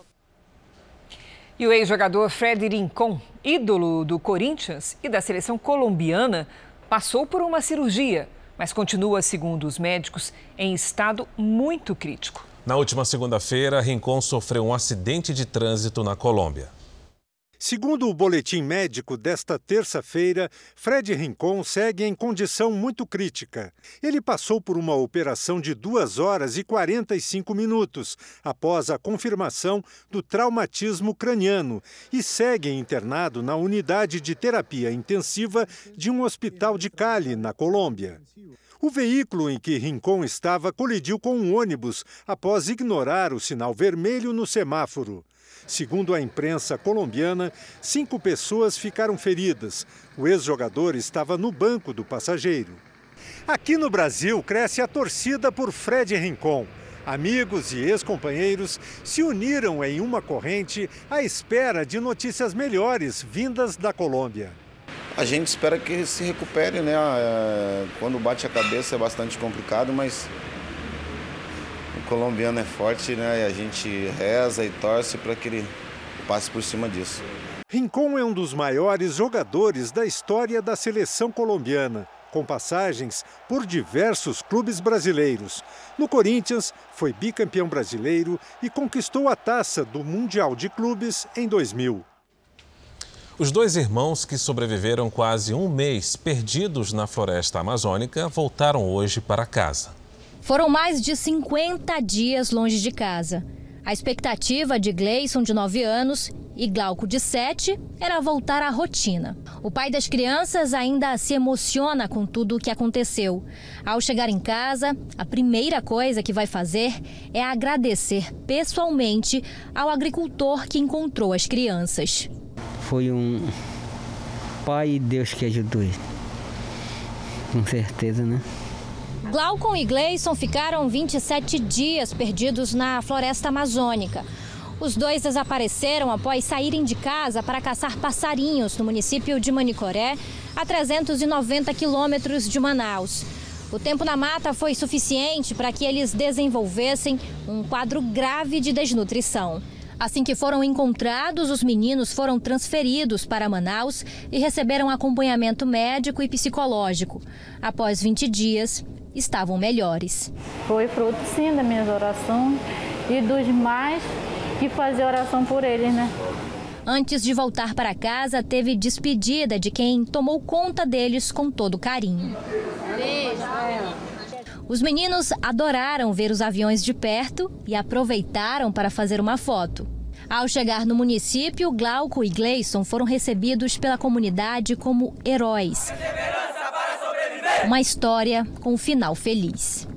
E o ex-jogador Fred Rincón, ídolo do Corinthians e da seleção colombiana, passou por uma cirurgia, mas continua, segundo os médicos, em estado muito crítico. Na última segunda-feira, Rincón sofreu um acidente de trânsito na Colômbia. Segundo o boletim médico desta terça-feira, Fred Rincón segue em condição muito crítica. Ele passou por uma operação de 2 horas e 45 minutos, após a confirmação do traumatismo craniano, e segue internado na unidade de terapia intensiva de um hospital de Cali, na Colômbia. O veículo em que Rincon estava colidiu com um ônibus após ignorar o sinal vermelho no semáforo. Segundo a imprensa colombiana, 5 pessoas ficaram feridas. O ex-jogador estava no banco do passageiro. Aqui no Brasil, cresce a torcida por Fred Rincon. Amigos e ex-companheiros se uniram em uma corrente à espera de notícias melhores vindas da Colômbia. A gente espera que se recupere, né? Quando bate a cabeça é bastante complicado, mas o colombiano é forte, né? E a gente reza e torce para que ele passe por cima disso. Rincon é um dos maiores jogadores da história da seleção colombiana, com passagens por diversos clubes brasileiros. No Corinthians, foi bicampeão brasileiro e conquistou a taça do Mundial de Clubes em 2000. Os 2 irmãos que sobreviveram quase um mês perdidos na floresta amazônica voltaram hoje para casa. Foram mais de 50 dias longe de casa. A expectativa de Gleison, de 9 anos, e Glauco, de 7, era voltar à rotina. O pai das crianças ainda se emociona com tudo o que aconteceu. Ao chegar em casa, a primeira coisa que vai fazer é agradecer pessoalmente ao agricultor que encontrou as crianças. Foi um pai e Deus que ajudou ele. Com certeza, né? Glaucon e Gleison ficaram 27 dias perdidos na floresta amazônica. Os 2 desapareceram após saírem de casa para caçar passarinhos no município de Manicoré, a 390 quilômetros de Manaus. O tempo na mata foi suficiente para que eles desenvolvessem um quadro grave de desnutrição. Assim que foram encontrados, os meninos foram transferidos para Manaus e receberam acompanhamento médico e psicológico. Após 20 dias, estavam melhores. Foi fruto, sim, das minhas orações e dos mais que fazer oração por eles, né? Antes de voltar para casa, teve despedida de quem tomou conta deles com todo carinho. Beijo. Os meninos adoraram ver os aviões de perto e aproveitaram para fazer uma foto. Ao chegar no município, Glauco e Gleison foram recebidos pela comunidade como heróis. Uma história com um final feliz.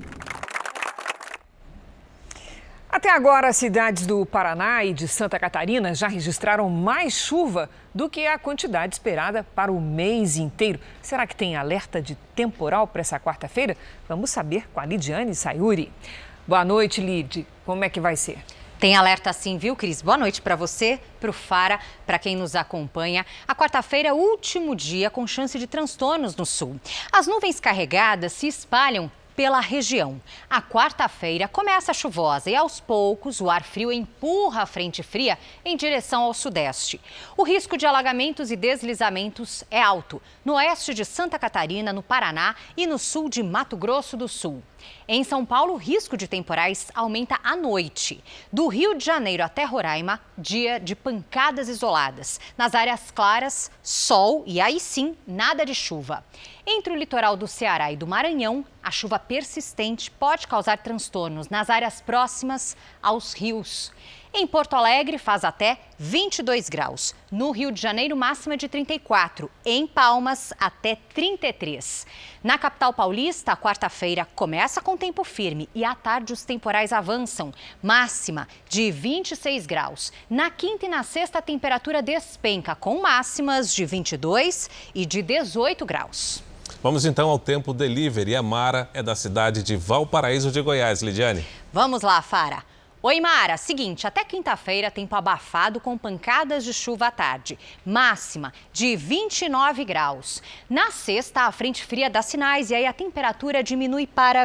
Até agora, as cidades do Paraná e de Santa Catarina já registraram mais chuva do que a quantidade esperada para o mês inteiro. Será que tem alerta de temporal para essa quarta-feira? Vamos saber com a Lidiane Sayuri. Boa noite, Lid. Como é que vai ser? Tem alerta sim, viu, Cris? Boa noite para você, para o Fara, para quem nos acompanha. A quarta-feira é o último dia com chance de transtornos no sul. As nuvens carregadas se espalham pela região. A quarta-feira começa chuvosa e, aos poucos, o ar frio empurra a frente fria em direção ao sudeste. O risco de alagamentos e deslizamentos é alto no oeste de Santa Catarina, no Paraná e no sul de Mato Grosso do Sul. Em São Paulo, o risco de temporais aumenta à noite. Do Rio de Janeiro até Roraima, dia de pancadas isoladas. Nas áreas claras, sol e aí sim, nada de chuva. Entre o litoral do Ceará e do Maranhão, a chuva persistente pode causar transtornos nas áreas próximas aos rios. Em Porto Alegre, faz até 22 graus. No Rio de Janeiro, máxima de 34. Em Palmas, até 33. Na capital paulista, a quarta-feira começa com tempo firme e à tarde os temporais avançam. Máxima de 26 graus. Na quinta e na sexta, a temperatura despenca, com máximas de 22 e de 18 graus. Vamos então ao Tempo Delivery. A Mara é da cidade de Valparaíso de Goiás. Lidiane. Vamos lá, Fara. Oi, Mara. Seguinte, até quinta-feira, tempo abafado com pancadas de chuva à tarde. Máxima de 29 graus. Na sexta, a frente fria dá sinais e aí a temperatura diminui para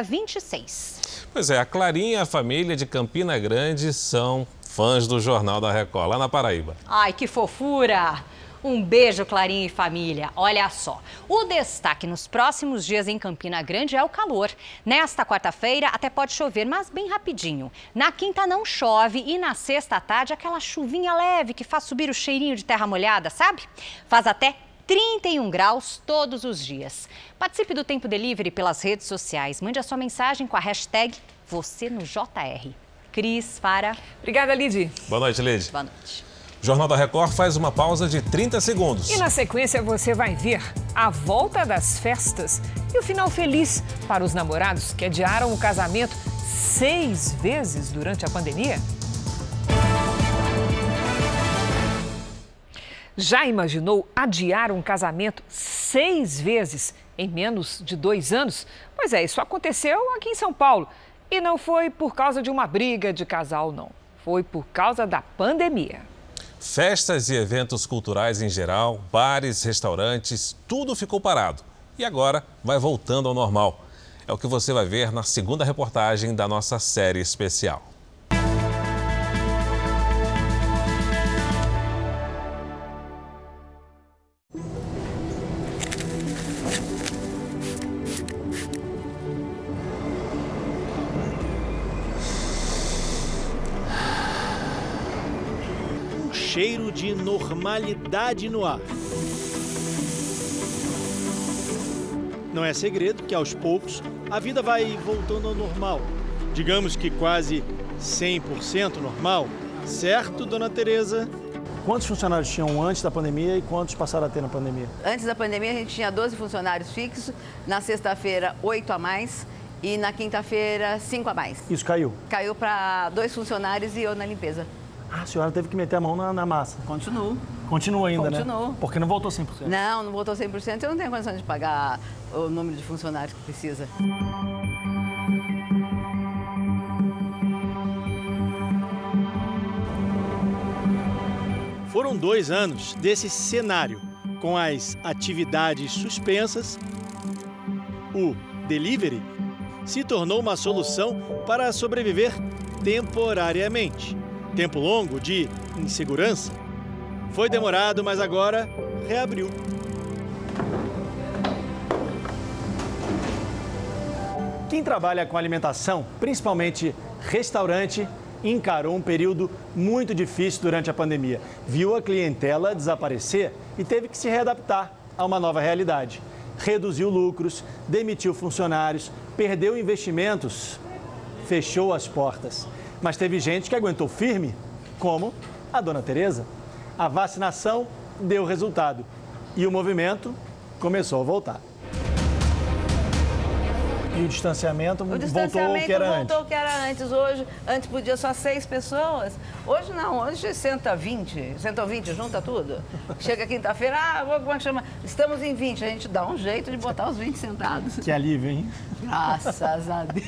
26. Pois é, a Clarinha e a família de Campina Grande são fãs do Jornal da Record, lá na Paraíba. Ai, que fofura! Um beijo, Clarinha e família. Olha só, o destaque nos próximos dias em Campina Grande é o calor. Nesta quarta-feira até pode chover, mas bem rapidinho. Na quinta não chove e na sexta à tarde aquela chuvinha leve que faz subir o cheirinho de terra molhada, sabe? Faz até 31 graus todos os dias. Participe do Tempo Delivery pelas redes sociais. Mande a sua mensagem com a hashtag #VocêNoJR. Cris, Fara. Obrigada, Lid. Boa noite, Lid. Boa noite. O Jornal da Record faz uma pausa de 30 segundos. E na sequência você vai ver a volta das festas e o final feliz para os namorados que adiaram o casamento 6 vezes durante a pandemia. Já imaginou adiar um casamento 6 vezes em menos de 2 anos? Pois é, isso aconteceu aqui em São Paulo. E não foi por causa de uma briga de casal, não. Foi por causa da pandemia. Festas e eventos culturais em geral, bares, restaurantes, tudo ficou parado. E agora vai voltando ao normal. É o que você vai ver na segunda reportagem da nossa série especial. Cheiro de normalidade no ar. Não é segredo que, aos poucos, a vida vai voltando ao normal. Digamos que quase 100% normal. Certo, dona Tereza? Quantos funcionários tinham antes da pandemia e quantos passaram a ter na pandemia? Antes da pandemia, a gente tinha 12 funcionários fixos. Na sexta-feira, 8 a mais. E na quinta-feira, 5 a mais. Isso caiu? Caiu para 2 funcionários e eu na limpeza. Ah, a senhora teve que meter a mão na massa. Continuo. Continua ainda, Continuo. Né? Porque não voltou 100%. Não voltou 100%. Eu não tenho condição de pagar o número de funcionários que precisa. Foram 2 anos desse cenário, com as atividades suspensas. O delivery se tornou uma solução para sobreviver temporariamente. Tempo longo de insegurança. Foi demorado, mas agora reabriu. Quem trabalha com alimentação, principalmente restaurante, encarou um período muito difícil durante a pandemia. Viu a clientela desaparecer e teve que se readaptar a uma nova realidade. Reduziu lucros, demitiu funcionários, perdeu investimentos, fechou as portas. Mas teve gente que aguentou firme, como a dona Tereza. A vacinação deu resultado e o movimento começou a voltar. E o distanciamento voltou ao que era antes? Voltou ao que era antes. Hoje, antes podia só 6 pessoas. Hoje não, hoje senta 20. Senta 20, junta tudo. Chega quinta-feira, como é que chama? Estamos em 20. A gente dá um jeito de botar os 20 sentados. Que alívio, hein? Graças a Deus.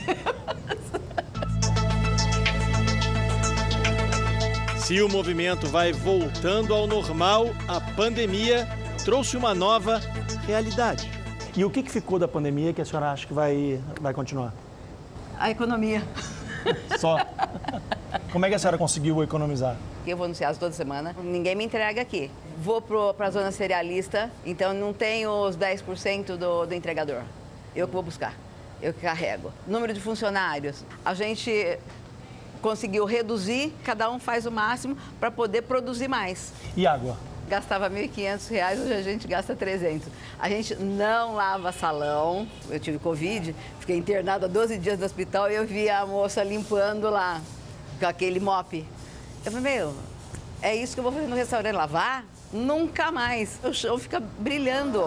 Se o movimento vai voltando ao normal, a pandemia trouxe uma nova realidade. E o que ficou da pandemia que a senhora acha que vai continuar? A economia. Só? Como é que a senhora conseguiu economizar? Eu vou anunciar toda semana, ninguém me entrega aqui. Vou para a zona cerealista, então não tenho os 10% do entregador. Eu que vou buscar, eu que carrego. Número de funcionários, a gente conseguiu reduzir, cada um faz o máximo para poder produzir mais. E água? Gastava R$ 1.500, hoje a gente gasta 300. A gente não lava salão. Eu tive Covid, fiquei internada 12 dias no hospital e eu vi a moça limpando lá, com aquele mop. Eu falei, é isso que eu vou fazer no restaurante, lavar? Nunca mais. O chão fica brilhando.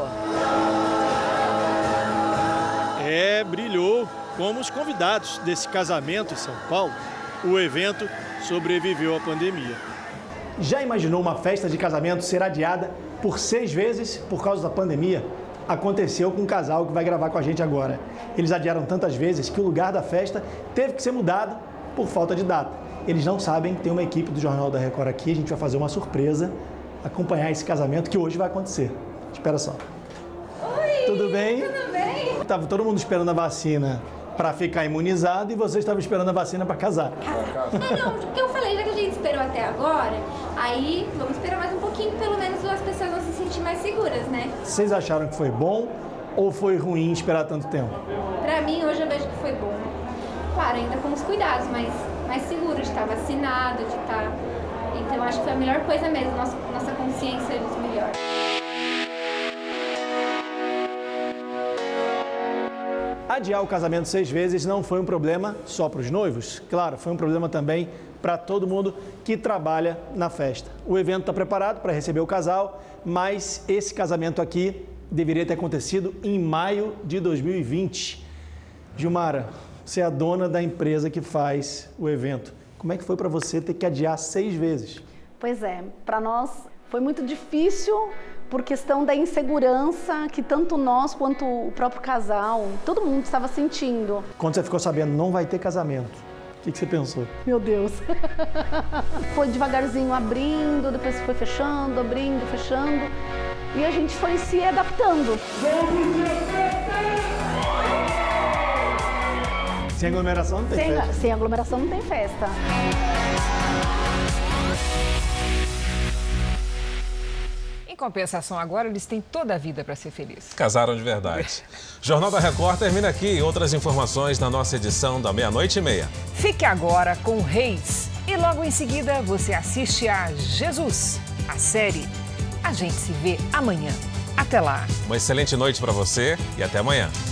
Brilhou. Como os convidados desse casamento em São Paulo, o evento sobreviveu à pandemia. Já imaginou uma festa de casamento ser adiada por 6 vezes por causa da pandemia? Aconteceu com um casal que vai gravar com a gente agora. Eles adiaram tantas vezes que o lugar da festa teve que ser mudado por falta de data. Eles não sabem, tem uma equipe do Jornal da Record aqui, a gente vai fazer uma surpresa, acompanhar esse casamento que hoje vai acontecer. Espera só. Oi! Tudo bem? Tudo bem? Estava todo mundo esperando a vacina para ficar imunizado e você estava esperando a vacina para casar. Não, o que eu falei, já que a gente esperou até agora, aí vamos esperar mais um pouquinho, pelo menos as pessoas vão se sentir mais seguras, né? Vocês acharam que foi bom ou foi ruim esperar tanto tempo? Pra mim, hoje eu vejo que foi bom. Claro, ainda com os cuidados, mas mais seguro de estar vacinado, de estar... Então, acho que foi a melhor coisa mesmo, nossa consciência é melhor. Adiar o casamento 6 vezes não foi um problema só para os noivos. Claro, foi um problema também para todo mundo que trabalha na festa. O evento está preparado para receber o casal, mas esse casamento aqui deveria ter acontecido em maio de 2020. Gilmara, você é a dona da empresa que faz o evento. Como é que foi para você ter que adiar 6 vezes? Pois é, para nós foi muito difícil por questão da insegurança que tanto nós quanto o próprio casal, todo mundo estava sentindo. Quando você ficou sabendo não vai ter casamento, o que você pensou? Meu Deus! Foi devagarzinho abrindo, depois foi fechando, abrindo, fechando. E a gente foi se adaptando. Sem aglomeração não tem festa. Sem aglomeração não tem festa. Em compensação, agora eles têm toda a vida para ser felizes. Casaram de verdade. Jornal da Record termina aqui. Outras informações na nossa edição da 00:30. Fique agora com Reis. E logo em seguida você assiste a Jesus, a série. A gente se vê amanhã. Até lá. Uma excelente noite para você e até amanhã.